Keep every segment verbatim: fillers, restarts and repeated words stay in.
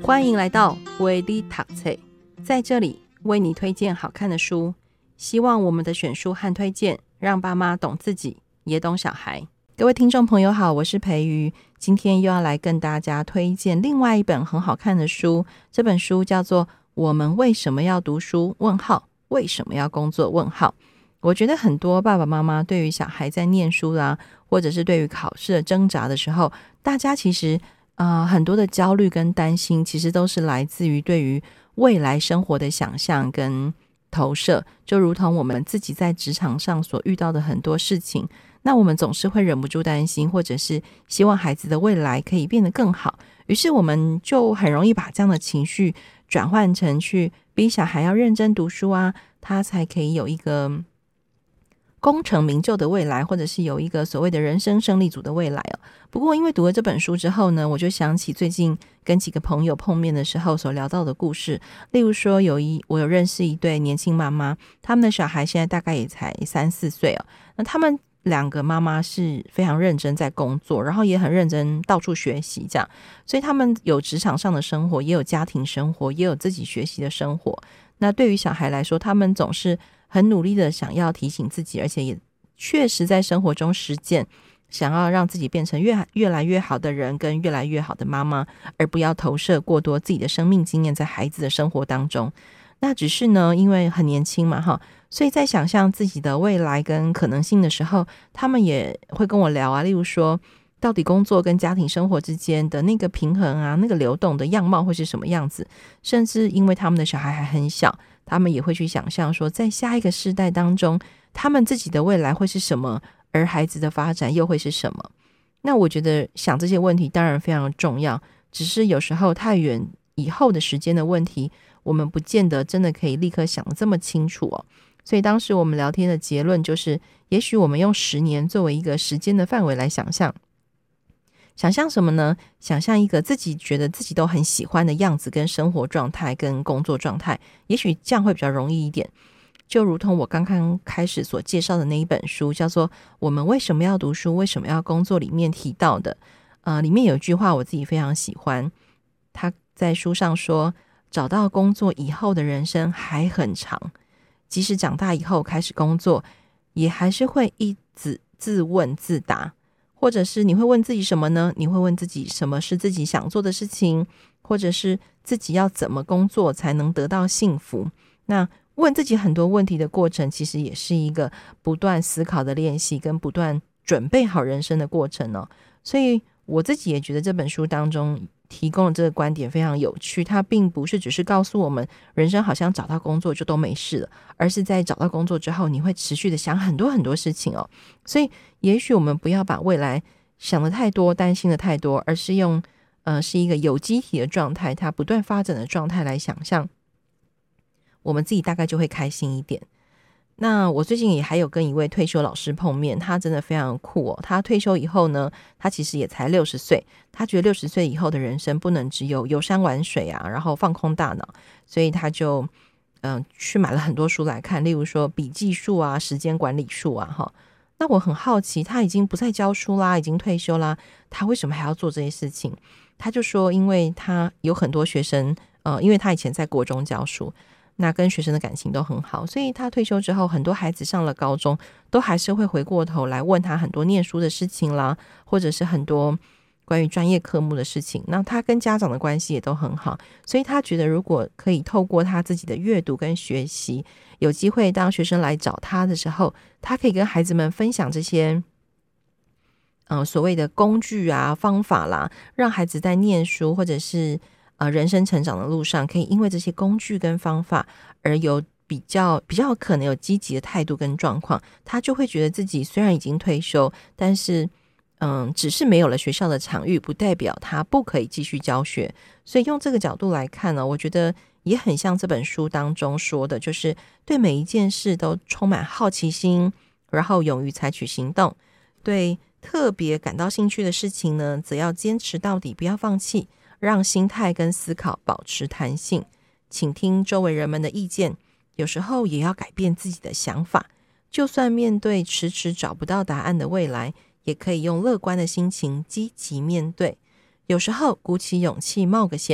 欢迎来到维你读册，在这里为你推荐好看的书，希望我们的选书和推荐让爸妈懂自己也懂小孩。各位听众朋友好，我是培瑜，今天又要来跟大家推荐另外一本很好看的书。这本书叫做《我们为什么要读书？问号为什么要工作？问号》。我觉得很多爸爸妈妈对于小孩在念书啦、啊，或者是对于考试的挣扎的时候，大家其实呃很多的焦虑跟担心，其实都是来自于对于未来生活的想象跟投射，就如同我们自己在职场上所遇到的很多事情，那我们总是会忍不住担心，或者是希望孩子的未来可以变得更好，于是我们就很容易把这样的情绪转换成去逼小孩要认真读书啊，他才可以有一个功成名就的未来，或者是有一个所谓的人生胜利组的未来哦。不过因为读了这本书之后呢，我就想起最近跟几个朋友碰面的时候所聊到的故事。例如说有一我有认识一对年轻妈妈，他们的小孩现在大概也才三四岁哦。那他们两个妈妈是非常认真在工作，然后也很认真到处学习这样，所以他们有职场上的生活，也有家庭生活，也有自己学习的生活。那对于小孩来说，他们总是很努力的想要提醒自己，而且也确实在生活中实践，想要让自己变成越越来越好的人跟越来越好的妈妈，而不要投射过多自己的生命经验在孩子的生活当中。那只是呢，因为很年轻嘛哈，所以在想象自己的未来跟可能性的时候，他们也会跟我聊啊，例如说到底工作跟家庭生活之间的那个平衡啊，那个流动的样貌会是什么样子，甚至因为他们的小孩还很小，他们也会去想象说在下一个世代当中他们自己的未来会是什么，而孩子的发展又会是什么。那我觉得想这些问题当然非常重要，只是有时候太远以后的时间的问题，我们不见得真的可以立刻想得这么清楚哦。所以当时我们聊天的结论就是，也许我们用十年作为一个时间的范围来想象，想象什么呢？想象一个自己觉得自己都很喜欢的样子跟生活状态跟工作状态，也许这样会比较容易一点。就如同我刚刚开始所介绍的那一本书叫做《我们为什么要读书？为什么要工作》里面提到的，呃，里面有一句话我自己非常喜欢，他在书上说，找到工作以后的人生还很长，即使长大以后开始工作，也还是会一直自问自答，或者是你会问自己什么呢？你会问自己什么是自己想做的事情，或者是自己要怎么工作才能得到幸福。那问自己很多问题的过程，其实也是一个不断思考的练习，跟不断准备好人生的过程哦。所以我自己也觉得这本书当中提供的这个观点非常有趣，它并不是只是告诉我们人生好像找到工作就都没事了，而是在找到工作之后，你会持续的想很多很多事情哦。所以也许我们不要把未来想的太多，担心的太多，而是用呃是一个有机体的状态，它不断发展的状态来想象，我们自己大概就会开心一点。那我最近也还有跟一位退休老师碰面，他真的非常酷哦。他退休以后呢，他其实也才六十岁，他觉得六十岁以后的人生不能只有游山玩水啊，然后放空大脑，所以他就嗯、呃、去买了很多书来看，例如说笔记术啊、时间管理术啊哈。那我很好奇，他已经不再教书啦，已经退休啦，他为什么还要做这些事情？他就说，因为他有很多学生，呃，因为他以前在国中教书，那跟学生的感情都很好，所以他退休之后，很多孩子上了高中都还是会回过头来问他很多念书的事情啦，或者是很多关于专业科目的事情。那他跟家长的关系也都很好，所以他觉得如果可以透过他自己的阅读跟学习，有机会当学生来找他的时候，他可以跟孩子们分享这些呃所谓的工具啊、方法啦，让孩子在念书或者是呃，人生成长的路上，可以因为这些工具跟方法而有比较比较可能有积极的态度跟状况，他就会觉得自己虽然已经退休，但是嗯，只是没有了学校的场域，不代表他不可以继续教学。所以用这个角度来看呢，我觉得也很像这本书当中说的，就是对每一件事都充满好奇心，然后勇于采取行动，对特别感到兴趣的事情呢，则要坚持到底，不要放弃，让心态跟思考保持弹性，倾听周围人们的意见，有时候也要改变自己的想法，就算面对迟迟找不到答案的未来，也可以用乐观的心情积极面对。有时候鼓起勇气冒个险，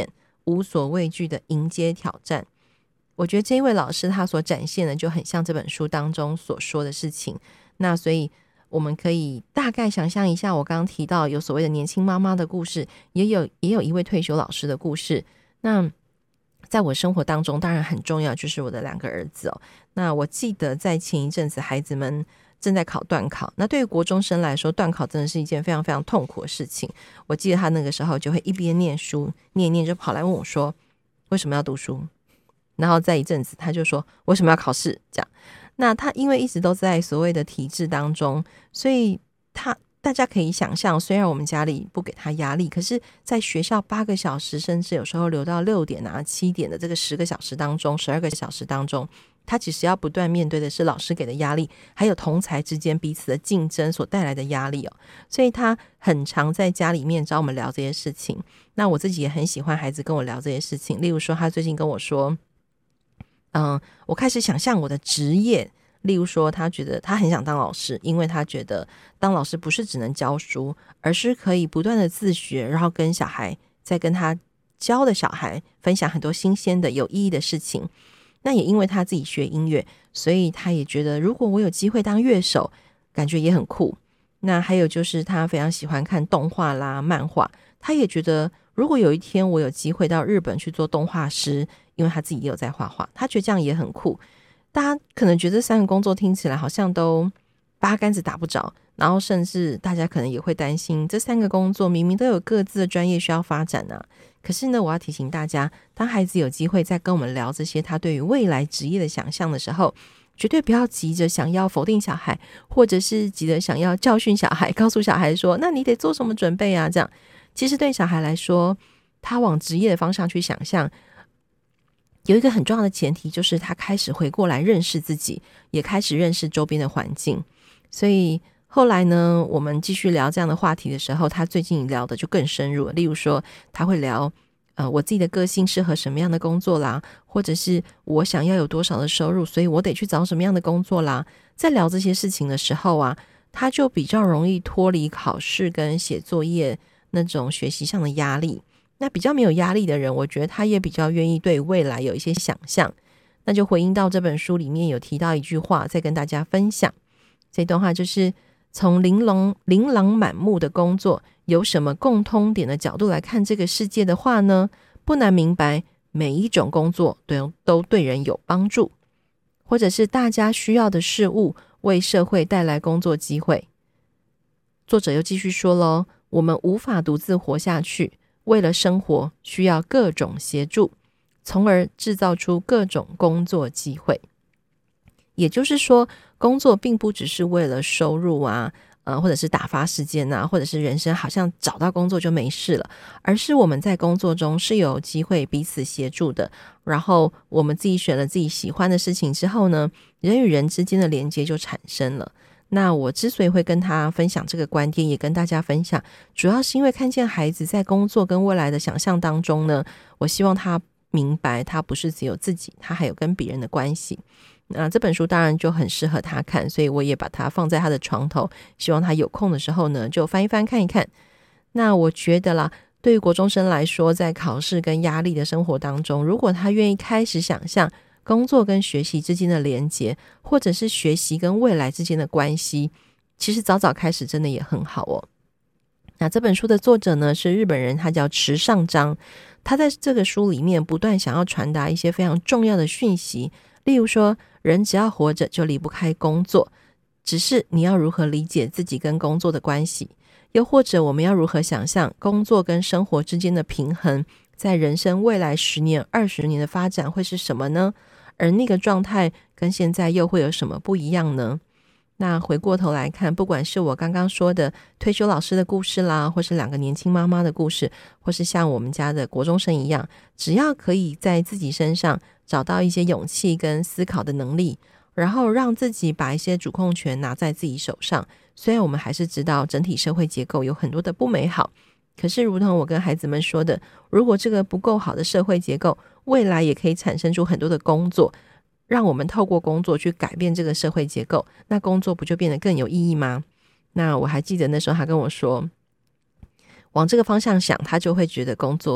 无所畏惧的迎接挑战。我觉得这一位老师他所展现的就很像这本书当中所说的事情。那所以我们可以大概想象一下，我刚刚提到有所谓的年轻妈妈的故事，也有也有一位退休老师的故事。那在我生活当中当然很重要就是我的两个儿子哦。那我记得在前一阵子孩子们正在考段考，那对于国中生来说，段考真的是一件非常非常痛苦的事情。我记得他那个时候就会一边念书念一念就跑来问我说为什么要读书，然后再一阵子他就说为什么要考试这样。那他因为一直都在所谓的体制当中，所以他大家可以想象，虽然我们家里不给他压力，可是在学校八个小时甚至有时候留到六点啊七点的这个十个小时当中十二个小时当中，他其实要不断面对的是老师给的压力，还有同侪之间彼此的竞争所带来的压力哦。所以他很常在家里面找我们聊这些事情。那我自己也很喜欢孩子跟我聊这些事情，例如说他最近跟我说嗯，我开始想象我的职业，例如说他觉得他很想当老师，因为他觉得当老师不是只能教书，而是可以不断的自学，然后跟小孩再跟他教的小孩分享很多新鲜的有意义的事情。那也因为他自己学音乐，所以他也觉得如果我有机会当乐手感觉也很酷。那还有就是他非常喜欢看动画啦漫画，他也觉得如果有一天我有机会到日本去做动画师，因为他自己也有在画画，他觉得这样也很酷。大家可能觉得这三个工作听起来好像都八竿子打不着，然后甚至大家可能也会担心这三个工作明明都有各自的专业需要发展啊。可是呢，我要提醒大家，当孩子有机会在跟我们聊这些他对于未来职业的想象的时候，绝对不要急着想要否定小孩，或者是急着想要教训小孩，告诉小孩说那你得做什么准备啊，这样其实对小孩来说，他往职业的方向去想象，有一个很重要的前提，就是他开始回过来认识自己，也开始认识周边的环境。所以后来呢，我们继续聊这样的话题的时候，他最近聊的就更深入了。例如说他会聊呃，我自己的个性适合什么样的工作啦，或者是我想要有多少的收入，所以我得去找什么样的工作啦。在聊这些事情的时候啊，他就比较容易脱离考试跟写作业那种学习上的压力。那比较没有压力的人，我觉得他也比较愿意对未来有一些想象。那就回应到这本书里面有提到一句话，再跟大家分享。这段话就是从琳琅琳琅满目的工作有什么共通点的角度来看这个世界的话呢，不难明白每一种工作都都对人有帮助，或者是大家需要的事物为社会带来工作机会。作者又继续说咯，我们无法独自活下去，为了生活需要各种协助，从而制造出各种工作机会。也就是说，工作并不只是为了收入啊，呃，或者是打发时间啊，或者是人生好像找到工作就没事了，而是我们在工作中是有机会彼此协助的。然后我们自己选了自己喜欢的事情之后呢，人与人之间的连接就产生了。那我之所以会跟他分享这个观点，也跟大家分享，主要是因为看见孩子在工作跟未来的想象当中呢，我希望他明白他不是只有自己，他还有跟别人的关系。那这本书当然就很适合他看，所以我也把它放在他的床头，希望他有空的时候呢就翻一翻看一看。那我觉得啦，对于国中生来说，在考试跟压力的生活当中，如果他愿意开始想象工作跟学习之间的连结，或者是学习跟未来之间的关系，其实早早开始真的也很好哦。那这本书的作者呢是日本人，他叫池上彰。他在这个书里面不断想要传达一些非常重要的讯息，例如说人只要活着就离不开工作，只是你要如何理解自己跟工作的关系，又或者我们要如何想象工作跟生活之间的平衡，在人生未来十年二十年的发展会是什么呢？而那个状态跟现在又会有什么不一样呢？那回过头来看，不管是我刚刚说的退休老师的故事啦，或是两个年轻妈妈的故事，或是像我们家的国中生一样，只要可以在自己身上找到一些勇气跟思考的能力，然后让自己把一些主控权拿在自己手上，虽然我们还是知道整体社会结构有很多的不美好，可是如同我跟孩子们说的，如果这个不够好的社会结构未来也可以产生出很多的工作，让我们透过工作去改变这个社会结构，那工作不就变得更有意义吗？那我还记得那时候他跟我说，往这个方向想，他就会觉得工作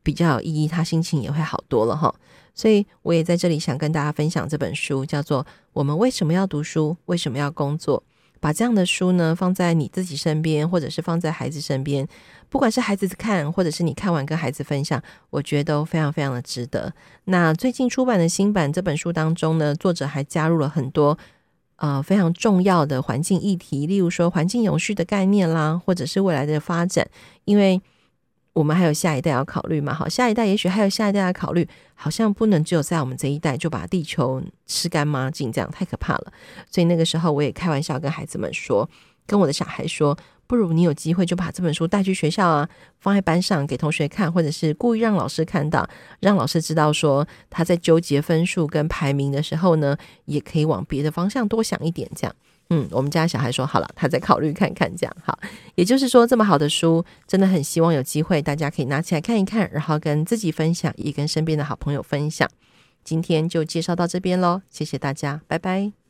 比较有意义，他心情也会好多了哈。所以我也在这里想跟大家分享这本书，叫做《我们为什么要读书，为什么要工作》。把这样的书呢放在你自己身边，或者是放在孩子身边，不管是孩子看，或者是你看完跟孩子分享，我觉得都非常非常的值得。那最近出版的新版这本书当中呢，作者还加入了很多呃非常重要的环境议题，例如说环境永续的概念啦，或者是未来的发展，因为我们还有下一代要考虑嘛，好，下一代也许还有下一代要考虑，好像不能只有在我们这一代就把地球吃干抹净，这样太可怕了。所以那个时候我也开玩笑跟孩子们说，跟我的小孩说，不如你有机会就把这本书带去学校啊，放在班上给同学看，或者是故意让老师看到，让老师知道说他在纠结分数跟排名的时候呢，也可以往别的方向多想一点，这样。嗯，我们家小孩说好了，他再考虑看看，这样好。也就是说，这么好的书，真的很希望有机会大家可以拿起来看一看，然后跟自己分享，也跟身边的好朋友分享。今天就介绍到这边咯，谢谢大家，拜拜。